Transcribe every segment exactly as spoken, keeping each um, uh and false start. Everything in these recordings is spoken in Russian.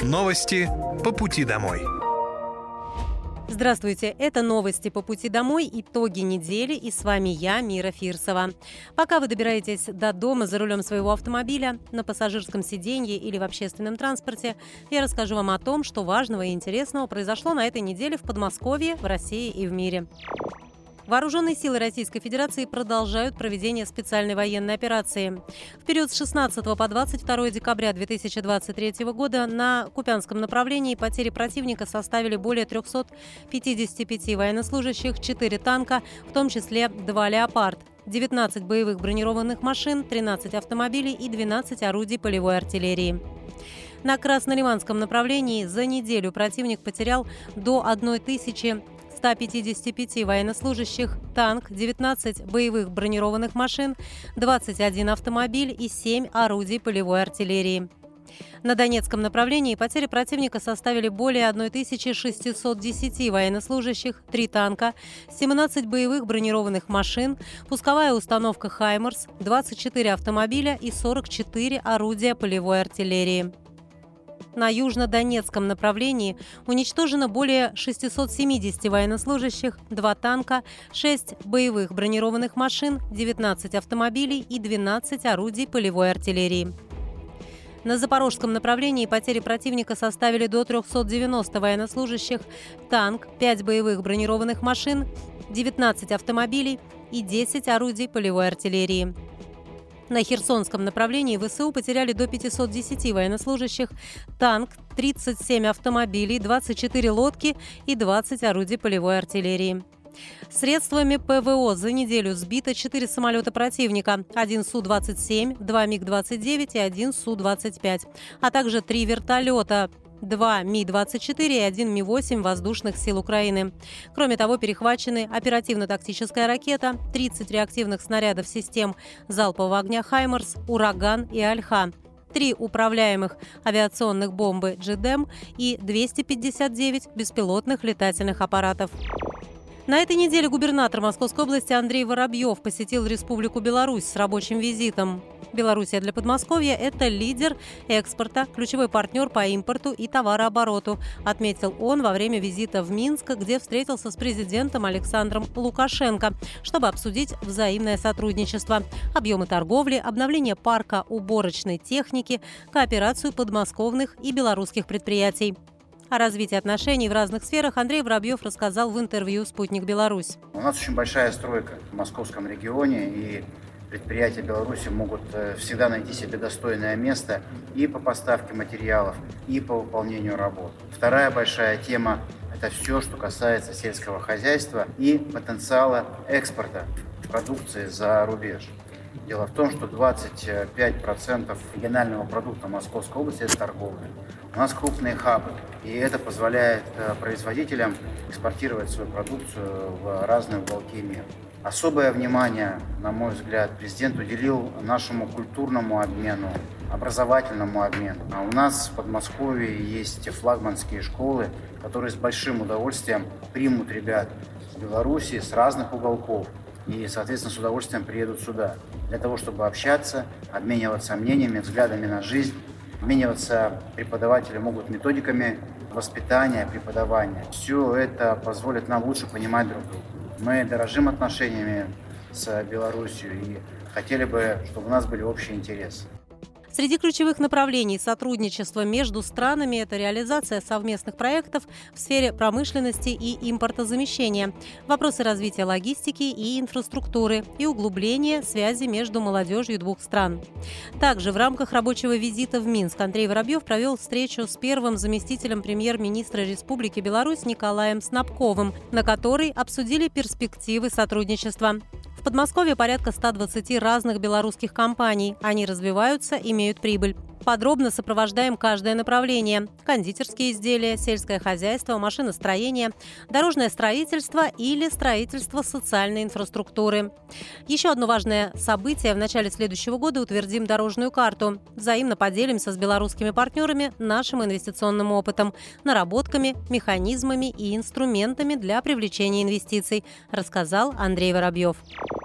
Новости по пути домой. Здравствуйте, это новости по пути домой, итоги недели, и с вами я, Мира Фирсова. Пока вы добираетесь до дома за рулем своего автомобиля, на пассажирском сиденье или в общественном транспорте, я расскажу вам о том, что важного и интересного произошло на этой неделе в Подмосковье, в России и в мире. Вооруженные силы Российской Федерации продолжают проведение специальной военной операции. В период с шестнадцатого по двадцать второе декабря две тысячи двадцать третьего года на Купянском направлении потери противника составили более трёхсот пятидесяти пяти военнослужащих, четыре танка, в том числе два «Леопард», девятнадцать боевых бронированных машин, тринадцать автомобилей и двенадцать орудий полевой артиллерии. На Краснолиманском направлении за неделю противник потерял до тысячи ста пятидесяти пяти военнослужащих, танк, девятнадцать боевых бронированных машин, двадцать один автомобиль и семь орудий полевой артиллерии. На Донецком направлении потери противника составили более тысячи шестисот десяти военнослужащих, три танка, семнадцать боевых бронированных машин, пусковая установка «Хаймарс», двадцать четыре автомобиля и сорок четыре орудия полевой артиллерии. На южнодонецком направлении уничтожено более шестисот семидесяти военнослужащих, два танка, шесть боевых бронированных машин, девятнадцать автомобилей и двенадцать орудий полевой артиллерии. На Запорожском направлении потери противника составили до трёхсот девяноста военнослужащих, танк, пять боевых бронированных машин, девятнадцать автомобилей и десять орудий полевой артиллерии. На Херсонском направлении ВСУ потеряли до пятисот десяти военнослужащих, танк, тридцать семь автомобилей, двадцать четыре лодки и двадцать орудий полевой артиллерии. Средствами ПВО за неделю сбито четыре самолета противника, один Су двадцать семь, два Миг двадцать девять и один Су двадцать пять, а также три вертолета, два Ми двадцать четыре и один Ми восемь воздушных сил Украины. Кроме того, перехвачены оперативно-тактическая ракета, тридцать реактивных снарядов систем залпового огня «Хаймарс», «Ураган» и «Альха», три управляемых авиационных бомбы «Джедем» и двести пятьдесят девять беспилотных летательных аппаратов. На этой неделе губернатор Московской области Андрей Воробьев посетил Республику Беларусь с рабочим визитом. Белоруссия для Подмосковья – это лидер экспорта, ключевой партнер по импорту и товарообороту, отметил он во время визита в Минск, где встретился с президентом Александром Лукашенко, чтобы обсудить взаимное сотрудничество, объемы торговли, обновление парка уборочной техники, кооперацию подмосковных и белорусских предприятий. О развитии отношений в разных сферах Андрей Воробьев рассказал в интервью «Спутник Беларусь». У нас очень большая стройка в московском регионе, и предприятия Беларуси могут всегда найти себе достойное место и по поставке материалов, и по выполнению работ. Вторая большая тема – это все, что касается сельского хозяйства и потенциала экспорта продукции за рубеж. Дело в том, что двадцать пять процентов регионального продукта Московской области – это торговля. У нас крупные хабы, и это позволяет производителям экспортировать свою продукцию в разные уголки мира. Особое внимание, на мой взгляд, президент уделил нашему культурному обмену, образовательному обмену. А у нас в Подмосковье есть флагманские школы, которые с большим удовольствием примут ребят с Беларуси, с разных уголков, и, соответственно, с удовольствием приедут сюда для того, чтобы общаться, обмениваться мнениями, взглядами на жизнь. Обмениваться преподаватели могут методиками воспитания, преподавания. Все это позволит нам лучше понимать друг друга. Мы дорожим отношениями с Беларусью и хотели бы, чтобы у нас были общие интересы. Среди ключевых направлений сотрудничества между странами – это реализация совместных проектов в сфере промышленности и импортозамещения, вопросы развития логистики и инфраструктуры и углубление связи между молодежью двух стран. Также в рамках рабочего визита в Минск Андрей Воробьев провел встречу с первым заместителем премьер-министра Республики Беларусь Николаем Снабковым, на которой обсудили перспективы сотрудничества. В Подмосковье порядка ста двадцати разных белорусских компаний. Они развиваются, имеют прибыль. Подробно сопровождаем каждое направление – кондитерские изделия, сельское хозяйство, машиностроение, дорожное строительство или строительство социальной инфраструктуры. Еще одно важное событие – в начале следующего года утвердим дорожную карту. Взаимно поделимся с белорусскими партнерами нашим инвестиционным опытом, наработками, механизмами и инструментами для привлечения инвестиций, рассказал Андрей Воробьев.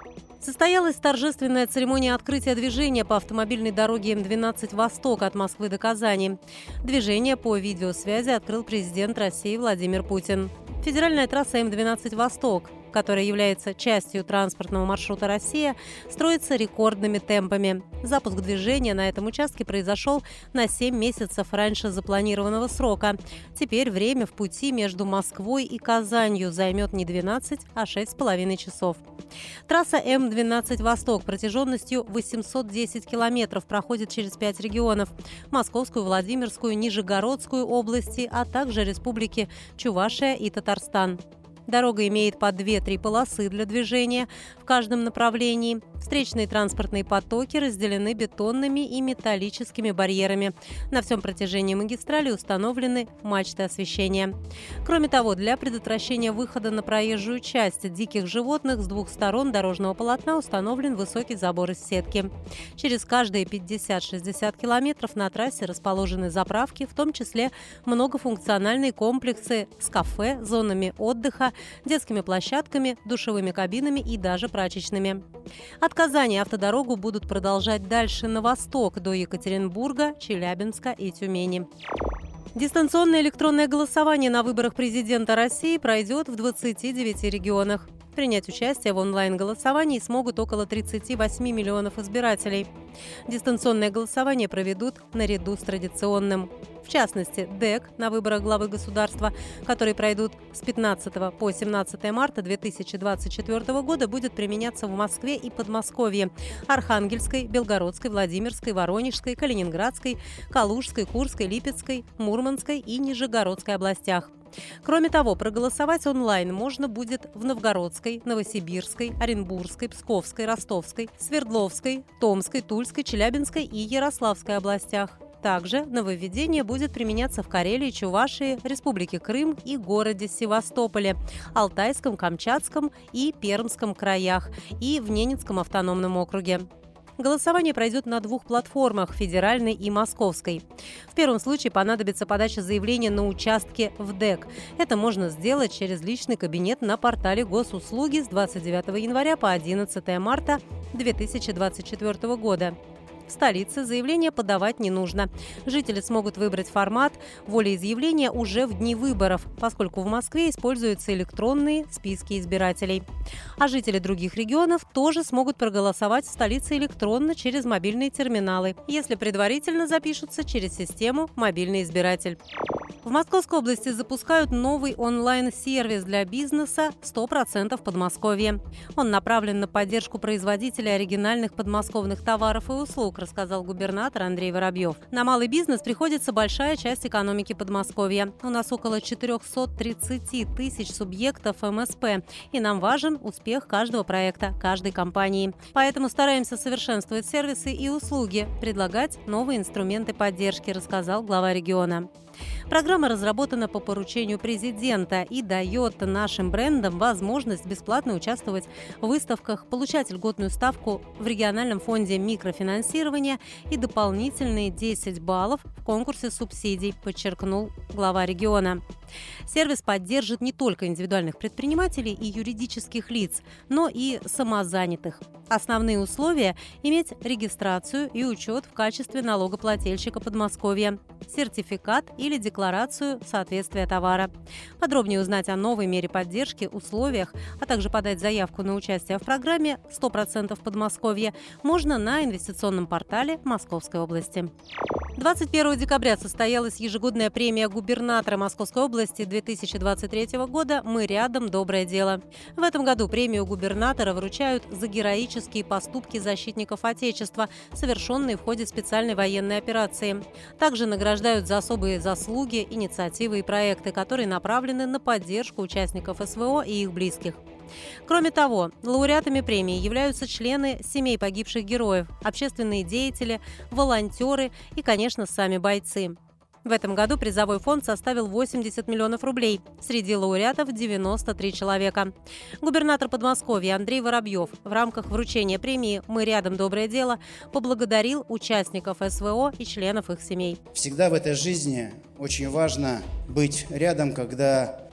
Состоялась торжественная церемония открытия движения по автомобильной дороге М двенадцать «Восток» от Москвы до Казани. Движение по видеосвязи открыл президент России Владимир Путин. Федеральная трасса М двенадцать «Восток», которая является частью транспортного маршрута «Россия», строится рекордными темпами. Запуск движения на этом участке произошел на семь месяцев раньше запланированного срока. Теперь время в пути между Москвой и Казанью займет не двенадцать, а шесть с половиной часов. Трасса М двенадцать «Восток» протяженностью восемьсот десять километров проходит через пять регионов – Московскую, Владимирскую, Нижегородскую области, а также республики Чувашия и Татарстан. Дорога имеет по две-три полосы для движения в каждом направлении. Встречные транспортные потоки разделены бетонными и металлическими барьерами. На всем протяжении магистрали установлены мачты освещения. Кроме того, для предотвращения выхода на проезжую часть диких животных с двух сторон дорожного полотна установлен высокий забор из сетки. Через каждые пятьдесят-шестьдесят километров на трассе расположены заправки, в том числе многофункциональные комплексы с кафе, зонами отдыха, детскими площадками, душевыми кабинами и даже прачечными. От Казани автодорогу будут продолжать дальше на восток, до Екатеринбурга, Челябинска и Тюмени. Дистанционное электронное голосование на выборах президента России пройдет в двадцати девяти регионах. Принять участие в онлайн-голосовании смогут около тридцати восьми миллионов избирателей. Дистанционное голосование проведут наряду с традиционным. В частности, ДЭК на выборах главы государства, которые пройдут с пятнадцатого по семнадцатое марта две тысячи двадцать четвёртого года, будет применяться в Москве и Подмосковье, Архангельской, Белгородской, Владимирской, Воронежской, Калининградской, Калужской, Курской, Липецкой, Мурманской и Нижегородской областях. Кроме того, проголосовать онлайн можно будет в Новгородской, Новосибирской, Оренбургской, Псковской, Ростовской, Свердловской, Томской, Тульской, Челябинской и Ярославской областях. Также нововведение будет применяться в Карелии, Чувашии, Республике Крым и городе Севастополе, Алтайском, Камчатском и Пермском краях и в Ненецком автономном округе. Голосование пройдет на двух платформах – федеральной и московской. В первом случае понадобится подача заявления на участке в ДЭК. Это можно сделать через личный кабинет на портале Госуслуги с двадцать девятого января по одиннадцатое марта две тысячи двадцать четвёртого года. В столице заявление подавать не нужно. Жители смогут выбрать формат волеизъявления уже в дни выборов, поскольку в Москве используются электронные списки избирателей. А жители других регионов тоже смогут проголосовать в столице электронно через мобильные терминалы, если предварительно запишутся через систему «Мобильный избиратель». В Московской области запускают новый онлайн-сервис для бизнеса «сто процентов Подмосковье». Он направлен на поддержку производителей оригинальных подмосковных товаров и услуг, рассказал губернатор Андрей Воробьев. На малый бизнес приходится большая часть экономики Подмосковья. У нас около четырехсот тридцати тысяч субъектов эм эс пэ, и нам важен успех каждого проекта, каждой компании. Поэтому стараемся совершенствовать сервисы и услуги, предлагать новые инструменты поддержки, рассказал глава региона. Программа разработана по поручению президента и дает нашим брендам возможность бесплатно участвовать в выставках, получать льготную ставку в региональном фонде микрофинансирования и дополнительные десять баллов в конкурсе субсидий, подчеркнул глава региона. Сервис поддержит не только индивидуальных предпринимателей и юридических лиц, но и самозанятых. Основные условия – иметь регистрацию и учет в качестве налогоплательщика Подмосковья, сертификат или декларацию соответствия товара. Подробнее узнать о новой мере поддержки, условиях, а также подать заявку на участие в программе «сто процентов Подмосковья» можно на инвестиционном портале Московской области. двадцать первого декабря состоялась ежегодная премия губернатора Московской области две тысячи двадцать третьего года «Мы рядом. Доброе дело». В этом году премию губернатора вручают за героические поступки защитников Отечества, совершенные в ходе специальной военной операции. Также награждают за особые заслуги, инициативы и проекты, которые направлены на поддержку участников эс вэ о и их близких. Кроме того, лауреатами премии являются члены семей погибших героев, общественные деятели, волонтеры и, конечно, сами бойцы. В этом году призовой фонд составил восемьдесят миллионов рублей. Среди лауреатов девяносто три человека. Губернатор Подмосковья Андрей Воробьев в рамках вручения премии «Мы рядом. Доброе дело» поблагодарил участников эс вэ о и членов их семей. Всегда в этой жизни очень важно быть рядом, когда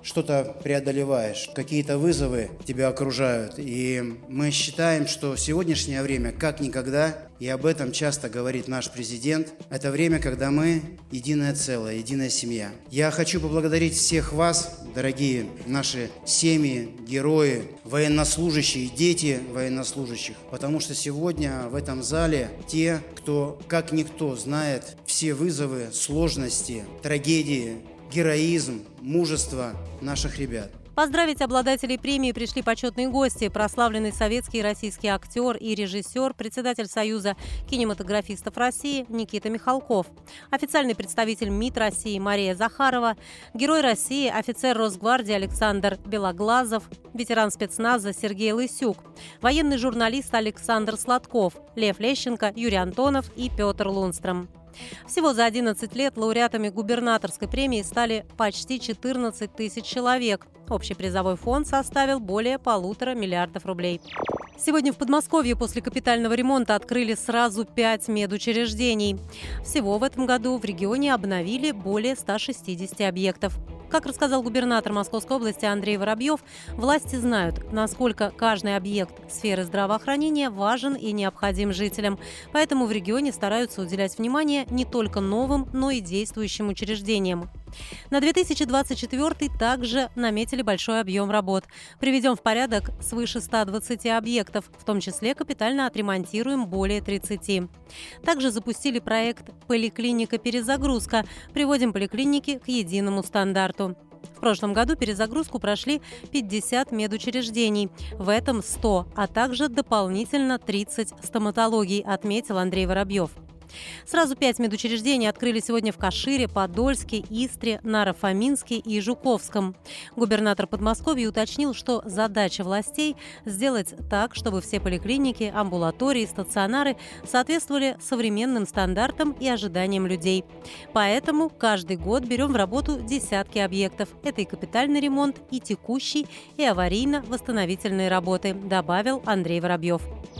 что-то преодолеваешь, какие-то вызовы тебя окружают. И мы считаем, что сегодняшнее время, как никогда, и об этом часто говорит наш президент, это время, когда мы единое целое, единая семья. Я хочу поблагодарить всех вас, дорогие наши семьи, герои, военнослужащие, дети военнослужащих, потому что сегодня в этом зале те, кто, как никто, знает все вызовы, сложности, трагедии, героизм, мужество наших ребят. Поздравить обладателей премии пришли почетные гости, прославленный советский и российский актер и режиссер, председатель Союза кинематографистов России Никита Михалков, официальный представитель МИД России Мария Захарова, герой России, офицер Росгвардии Александр Белоглазов, ветеран спецназа Сергей Лысюк, военный журналист Александр Сладков, Лев Лещенко, Юрий Антонов и Петр Лунстром. Всего за одиннадцать лет лауреатами губернаторской премии стали почти четырнадцать тысяч человек. Общий призовой фонд составил более полутора миллиардов рублей. Сегодня в Подмосковье после капитального ремонта открыли сразу пять медучреждений. Всего в этом году в регионе обновили более ста шестидесяти объектов. Как рассказал губернатор Московской области Андрей Воробьев, власти знают, насколько каждый объект сферы здравоохранения важен и необходим жителям. Поэтому в регионе стараются уделять внимание не только новым, но и действующим учреждениям. На две тысячи двадцать четвёртый также наметили большой объем работ. Приведем в порядок свыше ста двадцати объектов, в том числе капитально отремонтируем более тридцати. Также запустили проект «Поликлиника-перезагрузка». Приводим поликлиники к единому стандарту. В прошлом году перезагрузку прошли пятьдесят медучреждений, в этом сто, а также дополнительно тридцать стоматологий, отметил Андрей Воробьев. Сразу пять медучреждений открыли сегодня в Кашире, Подольске, Истре, Наро-Фоминске и Жуковском. Губернатор Подмосковья уточнил, что задача властей – сделать так, чтобы все поликлиники, амбулатории, стационары соответствовали современным стандартам и ожиданиям людей. Поэтому каждый год берем в работу десятки объектов. Это и капитальный ремонт, и текущий, и аварийно-восстановительные работы, добавил Андрей Воробьев.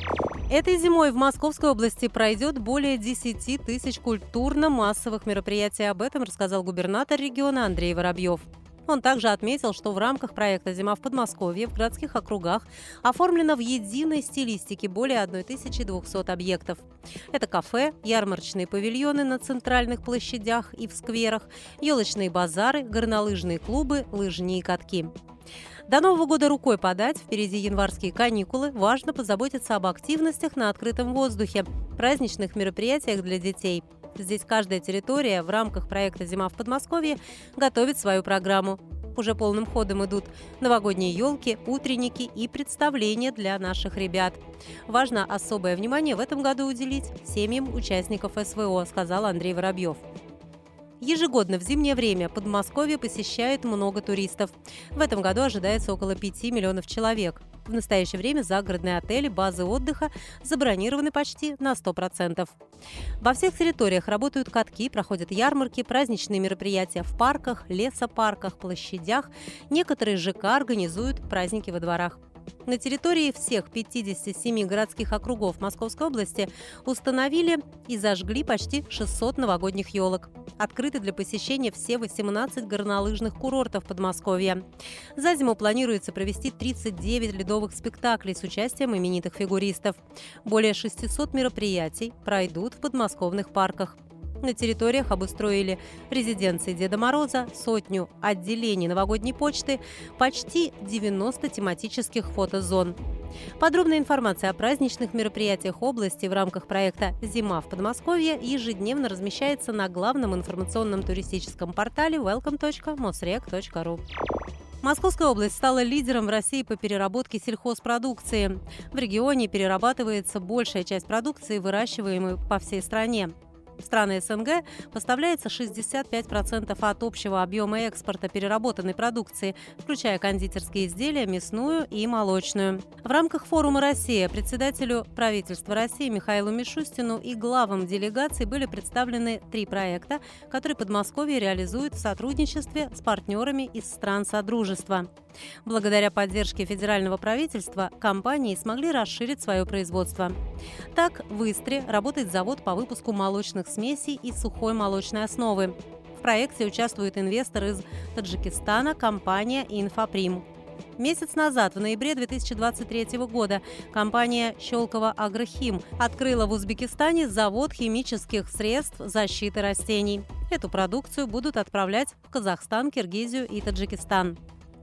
Этой зимой в Московской области пройдет более десяти тысяч культурно-массовых мероприятий. Об этом рассказал губернатор региона Андрей Воробьев. Он также отметил, что в рамках проекта «Зима в Подмосковье» в городских округах оформлено в единой стилистике более тысячи двухсот объектов. Это кафе, ярмарочные павильоны на центральных площадях и в скверах, елочные базары, горнолыжные клубы, лыжни и катки. До Нового года рукой подать, впереди январские каникулы, важно позаботиться об активностях на открытом воздухе, праздничных мероприятиях для детей. Здесь каждая территория в рамках проекта «Зима в Подмосковье» готовит свою программу. Уже полным ходом идут новогодние елки, утренники и представления для наших ребят. Важно особое внимание в этом году уделить семьям участников СВО, сказал Андрей Воробьев. Ежегодно в зимнее время Подмосковье посещает много туристов. В этом году ожидается около пяти миллионов человек. В настоящее время загородные отели, базы отдыха забронированы почти на сто процентов. Во всех территориях работают катки, проходят ярмарки, праздничные мероприятия в парках, лесопарках, площадях. Некоторые ЖК организуют праздники во дворах. На территории всех пятидесяти семи городских округов Московской области установили и зажгли почти шестьсот новогодних елок. Открыты для посещения все восемнадцать горнолыжных курортов Подмосковья. За зиму планируется провести тридцать девять ледовых спектаклей с участием именитых фигуристов. Более шестисот мероприятий пройдут в подмосковных парках. На территориях обустроили резиденции Деда Мороза, сотню отделений новогодней почты, почти девяносто тематических фотозон. Подробная информация о праздничных мероприятиях области в рамках проекта «Зима в Подмосковье» ежедневно размещается на главном информационном туристическом портале welcome точка mosreg точка ru. Московская область стала лидером в России по переработке сельхозпродукции. В регионе перерабатывается большая часть продукции, выращиваемой по всей стране. В страны СНГ поставляется шестьдесят пять процентов от общего объема экспорта переработанной продукции, включая кондитерские изделия, мясную и молочную. В рамках форума «Россия» председателю правительства России Михаилу Мишустину и главам делегаций были представлены три проекта, которые Подмосковье реализует в сотрудничестве с партнерами из стран Содружества. Благодаря поддержке федерального правительства компании смогли расширить свое производство. Так, в Истре работает завод по выпуску молочных смесей и сухой молочной основы. В проекте участвует инвестор из Таджикистана, компания «Инфоприм». Месяц назад, в ноябре две тысячи двадцать третьего года, компания «Щелково Агрохим» открыла в Узбекистане завод химических средств защиты растений. Эту продукцию будут отправлять в Казахстан, Киргизию и Таджикистан.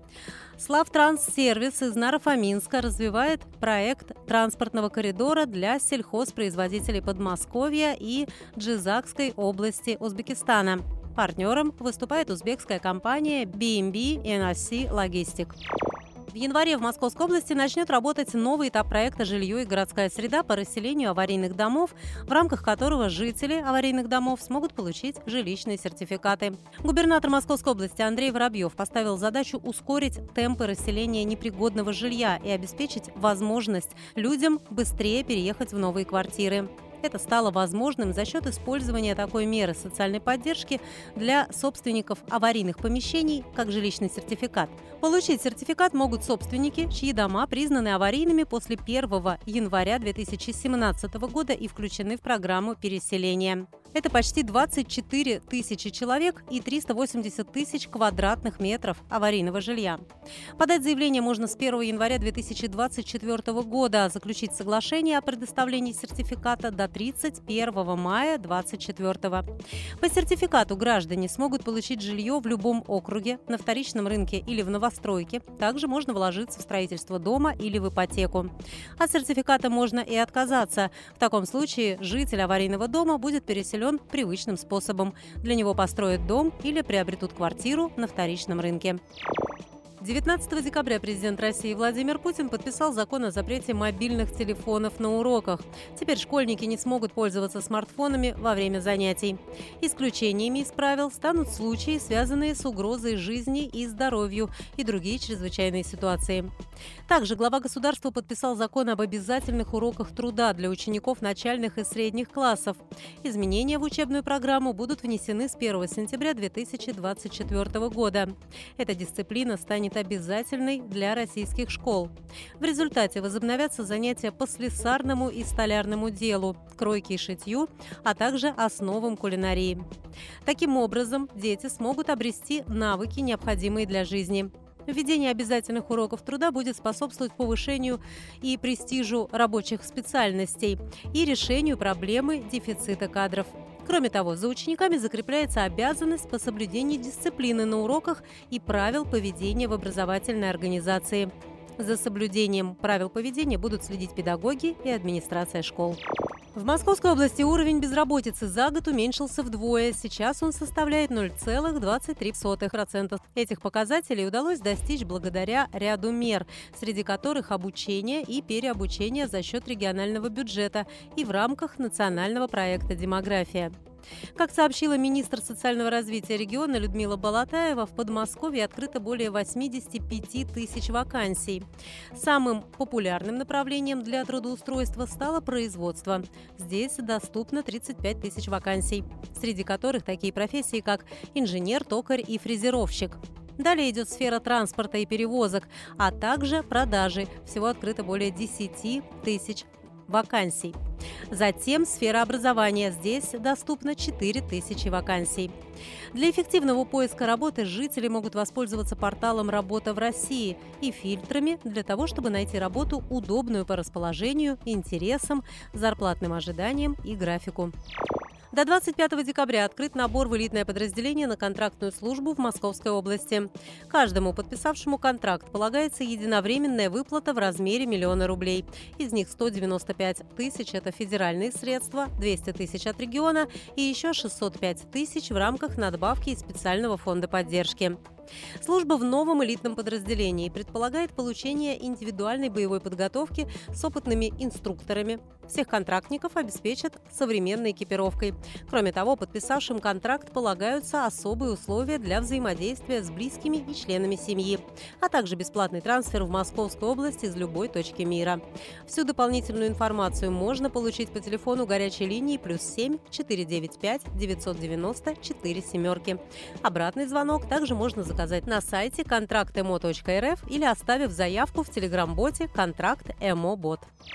Славтранссервис из Наро-Фоминска развивает проект транспортного коридора для сельхозпроизводителей Подмосковья и Джизакской области Узбекистана. Партнером выступает узбекская компания би эм би эн эй си Logistic. В январе в Московской области начнет работать новый этап проекта «Жилье и городская среда» по расселению аварийных домов, в рамках которого жители аварийных домов смогут получить жилищные сертификаты. Губернатор Московской области Андрей Воробьев поставил задачу ускорить темпы расселения непригодного жилья и обеспечить возможность людям быстрее переехать в новые квартиры. Это стало возможным за счет использования такой меры социальной поддержки для собственников аварийных помещений, как жилищный сертификат. Получить сертификат могут собственники, чьи дома признаны аварийными после первого января две тысячи семнадцатого года и включены в программу переселения. Это почти двадцать четыре тысячи человек и триста восемьдесят тысяч квадратных метров аварийного жилья. Подать заявление можно с первого января две тысячи двадцать четвёртого года, заключить соглашение о предоставлении сертификата до тридцать первого мая две тысячи двадцать четвёртого. По сертификату граждане смогут получить жилье в любом округе, на вторичном рынке или в новостройке. Также можно вложиться в строительство дома или в ипотеку. От сертификата можно и отказаться. В таком случае житель аварийного дома будет переселен привычным способом. Для него построят дом или приобретут квартиру на вторичном рынке. девятнадцатого декабря президент России Владимир Путин подписал закон о запрете мобильных телефонов на уроках. Теперь школьники не смогут пользоваться смартфонами во время занятий. Исключениями из правил станут случаи, связанные с угрозой жизни и здоровью, и другие чрезвычайные ситуации. Также глава государства подписал закон об обязательных уроках труда для учеников начальных и средних классов. Изменения в учебную программу будут внесены с первого сентября две тысячи двадцать четвёртого года. Эта дисциплина станет обязательной для российских школ. В результате возобновятся занятия по слесарному и столярному делу, кройке и шитью, а также основам кулинарии. Таким образом, дети смогут обрести навыки, необходимые для жизни. Введение обязательных уроков труда будет способствовать повышению и престижу рабочих специальностей и решению проблемы дефицита кадров. Кроме того, за учениками закрепляется обязанность по соблюдению дисциплины на уроках и правил поведения в образовательной организации. За соблюдением правил поведения будут следить педагоги и администрация школ. В Московской области уровень безработицы за год уменьшился вдвое. Сейчас он составляет ноль целых двадцать три сотых процента. Этих показателей удалось достичь благодаря ряду мер, среди которых обучение и переобучение за счет регионального бюджета и в рамках национального проекта «Демография». Как сообщила министр социального развития региона Людмила Болотаева, в Подмосковье открыто более восьмидесяти пяти тысяч вакансий. Самым популярным направлением для трудоустройства стало производство. Здесь доступно тридцать пять тысяч вакансий, среди которых такие профессии, как инженер, токарь и фрезеровщик. Далее идет сфера транспорта и перевозок, а также продажи. Всего открыто более десяти тысяч вакансий. Затем сфера образования. Здесь доступно четыре тысячи вакансий. Для эффективного поиска работы жители могут воспользоваться порталом «Работа в России» и фильтрами для того, чтобы найти работу, удобную по расположению, интересам, зарплатным ожиданиям и графику. До двадцать пятого декабря открыт набор в элитное подразделение на контрактную службу в Московской области. Каждому подписавшему контракт полагается единовременная выплата в размере миллиона рублей. Из них сто девяносто пять тысяч – это федеральные средства, двести тысяч от региона и еще шестьсот пять тысяч в рамках надбавки из специального фонда поддержки. Служба в новом элитном подразделении предполагает получение индивидуальной боевой подготовки с опытными инструкторами. Всех контрактников обеспечат современной экипировкой. Кроме того, подписавшим контракт полагаются особые условия для взаимодействия с близкими и членами семьи, а также бесплатный трансфер в Московскую область из любой точки мира. Всю дополнительную информацию можно получить по телефону горячей линии плюс семь четыреста девяносто пять девятьсот девяносто четыре семерки. Обратный звонок также можно заказать на сайте контракт эмо точка эр эф или оставив заявку в телеграм-боте «Контракт Эмо Бот».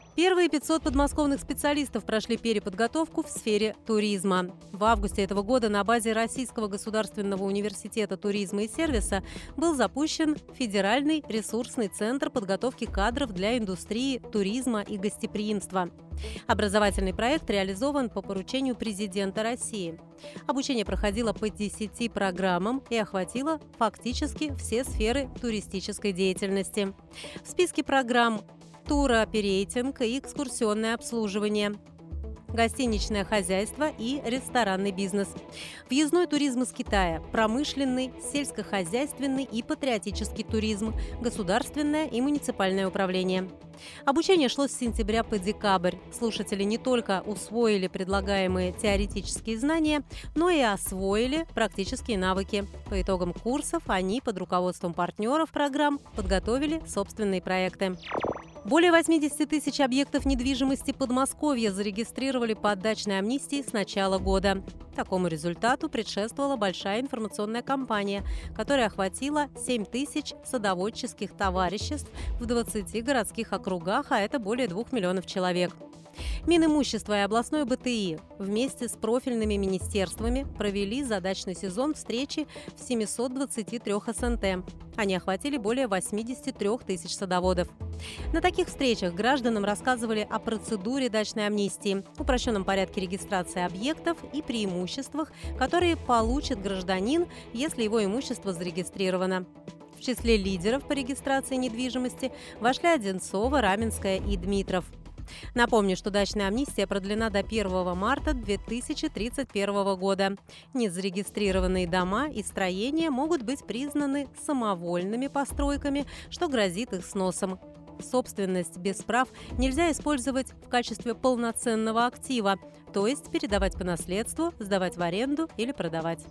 Первые пятьсот подмосковных специалистов прошли переподготовку в сфере туризма. В августе этого года на базе Российского государственного университета туризма и сервиса был запущен Федеральный ресурсный центр подготовки кадров для индустрии туризма и гостеприимства. Образовательный проект реализован по поручению президента России. Обучение проходило по десяти программам и охватило фактически все сферы туристической деятельности. В списке программ туроперейтинг и экскурсионное обслуживание, гостиничное хозяйство и ресторанный бизнес, въездной туризм из Китая, промышленный, сельскохозяйственный и патриотический туризм, государственное и муниципальное управление. Обучение шло с сентября по декабрь. Слушатели не только усвоили предлагаемые теоретические знания, но и освоили практические навыки. По итогам курсов они под руководством партнеров программ подготовили собственные проекты. Более восьмидесяти тысяч объектов недвижимости Подмосковья зарегистрировали по дачной амнистии с начала года. Такому результату предшествовала большая информационная кампания, которая охватила семь тысяч садоводческих товариществ в двадцати городских округах, а это более двух миллионов человек. Минимущество и областное БТИ вместе с профильными министерствами провели за дачный сезон встречи в семистах двадцати трёх эс эн тэ. Они охватили более восьмидесяти трёх тысяч садоводов. На таких встречах гражданам рассказывали о процедуре дачной амнистии, упрощенном порядке регистрации объектов и преимуществах, которые получит гражданин, если его имущество зарегистрировано. В числе лидеров по регистрации недвижимости вошли Одинцово, Раменское и Дмитров. Напомню, что дачная амнистия продлена до первого марта две тысячи тридцать первого года. Незарегистрированные дома и строения могут быть признаны самовольными постройками, что грозит их сносом. Собственность без прав нельзя использовать в качестве полноценного актива, то есть передавать по наследству, сдавать в аренду или продавать.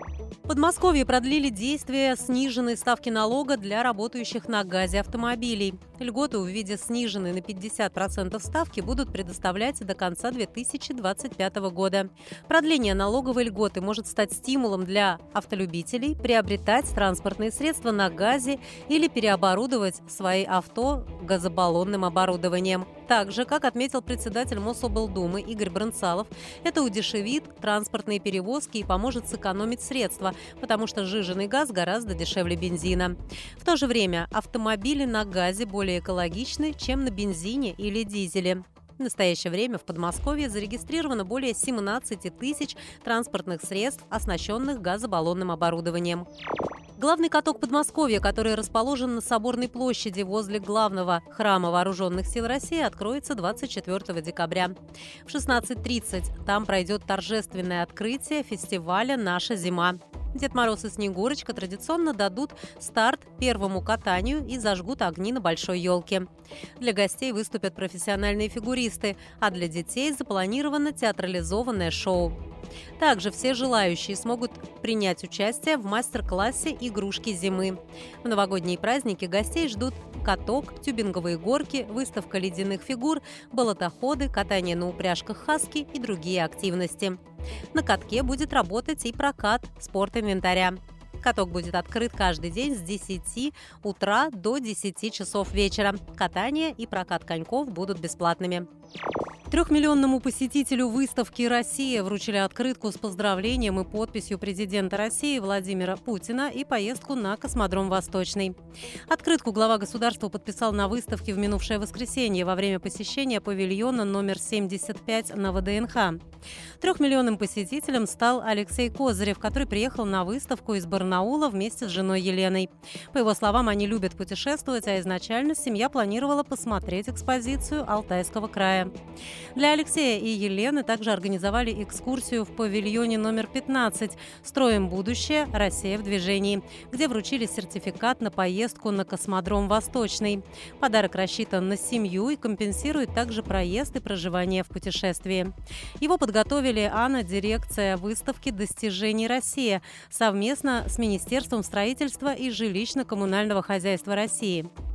В Подмосковье продлили действие сниженной ставки налога для работающих на газе автомобилей. Льготы в виде сниженной на пятьдесят процентов ставки будут предоставлять до конца две тысячи двадцать пятого года. Продление налоговой льготы может стать стимулом для автолюбителей приобретать транспортные средства на газе или переоборудовать свои авто газобаллонным оборудованием. Также, как отметил председатель Мособлдумы Игорь Брынцалов, это удешевит транспортные перевозки и поможет сэкономить средства, потому что сжиженный газ гораздо дешевле бензина. В то же время автомобили на газе более экологичны, чем на бензине или дизеле. В настоящее время в Подмосковье зарегистрировано более семнадцати тысяч транспортных средств, оснащенных газобаллонным оборудованием. Главный каток Подмосковья, который расположен на Соборной площади возле главного храма Вооруженных сил России, откроется двадцать четвёртого декабря. В шестнадцать тридцать там пройдет торжественное открытие фестиваля «Наша зима». Дед Мороз и Снегурочка традиционно дадут старт первому катанию и зажгут огни на большой елке. Для гостей выступят профессиональные фигуристы, а для детей запланировано театрализованное шоу. Также все желающие смогут принять участие в мастер-классе «Игрушки зимы». В новогодние праздники гостей ждут каток, тюбинговые горки, выставка ледяных фигур, болотоходы, катание на упряжках хаски и другие активности. На катке будет работать и прокат спортинвентаря. Каток будет открыт каждый день с десяти утра до десяти часов вечера. Катание и прокат коньков будут бесплатными. Трехмиллионному посетителю выставки «Россия» вручили открытку с поздравлением и подписью президента России Владимира Путина и поездку на космодром «Восточный». Открытку глава государства подписал на выставке в минувшее воскресенье во время посещения павильона номер семьдесят пять на вэ дэ эн ха. Трехмиллионным посетителем стал Алексей Козырев, который приехал на выставку из Барнаула вместе с женой Еленой. По его словам, они любят путешествовать, а изначально семья планировала посмотреть экспозицию Алтайского края. Для Алексея и Елены также организовали экскурсию в павильоне номер пятнадцать «Строим будущее. Россия в движении», где вручили сертификат на поездку на космодром «Восточный». Подарок рассчитан на семью и компенсирует также проезд и проживание в путешествии. Его подготовили АНА, дирекция выставки «Достижений России», совместно с Министерством строительства и жилищно-коммунального хозяйства России.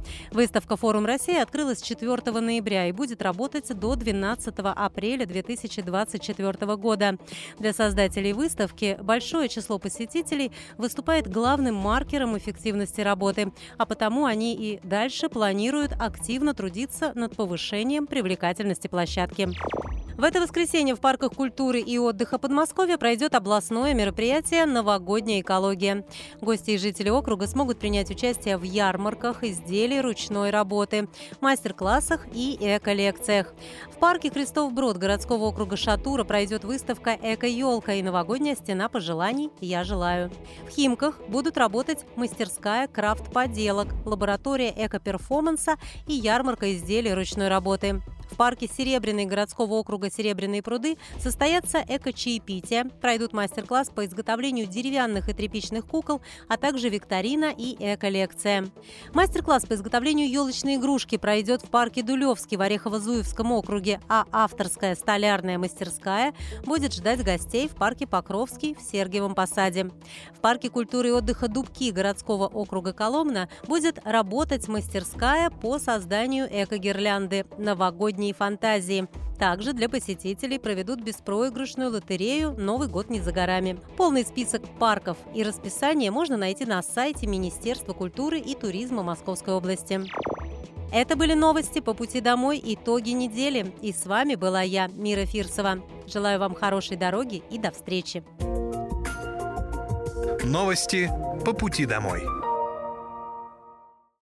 Выставка «Форум России» открылась четвёртого ноября и будет работать до двенадцатого апреля две тысячи двадцать четвёртого года. Для создателей выставки большое число посетителей выступает главным маркером эффективности работы, а потому они и дальше планируют активно трудиться над повышением привлекательности площадки. В это воскресенье в парках культуры и отдыха Подмосковья пройдет областное мероприятие «Новогодняя экология». Гости и жители округа смогут принять участие в ярмарках изделий ручной работы, мастер-классах и эко-лекциях. В парке Крестов Брод городского округа Шатура пройдет выставка «Эко-елка» и новогодняя стена пожеланий «Я желаю». В Химках будут работать мастерская крафт-поделок, лаборатория эко-перформанса и ярмарка изделий ручной работы. В парке Серебряный городского округа Серебряные пруды состоятся эко-чаепития, пройдут мастер-класс по изготовлению деревянных и тряпичных кукол, а также викторина и эко-лекция. Мастер-класс по изготовлению елочной игрушки пройдет в парке Дулевский в Орехово-Зуевском округе, а авторская столярная мастерская будет ждать гостей в парке Покровский в Сергиевом Посаде. В парке культуры и отдыха Дубки городского округа Коломна будет работать мастерская по созданию эко-гирлянды «Новогодние фантазии». Также для посетителей проведут беспроигрышную лотерею «Новый год не за горами». Полный список парков и расписание можно найти на сайте Министерства культуры и туризма Московской области. Это были новости по пути домой, итоги недели. И с вами была я, Мира Фирсова. Желаю вам хорошей дороги и до встречи. Новости по пути домой.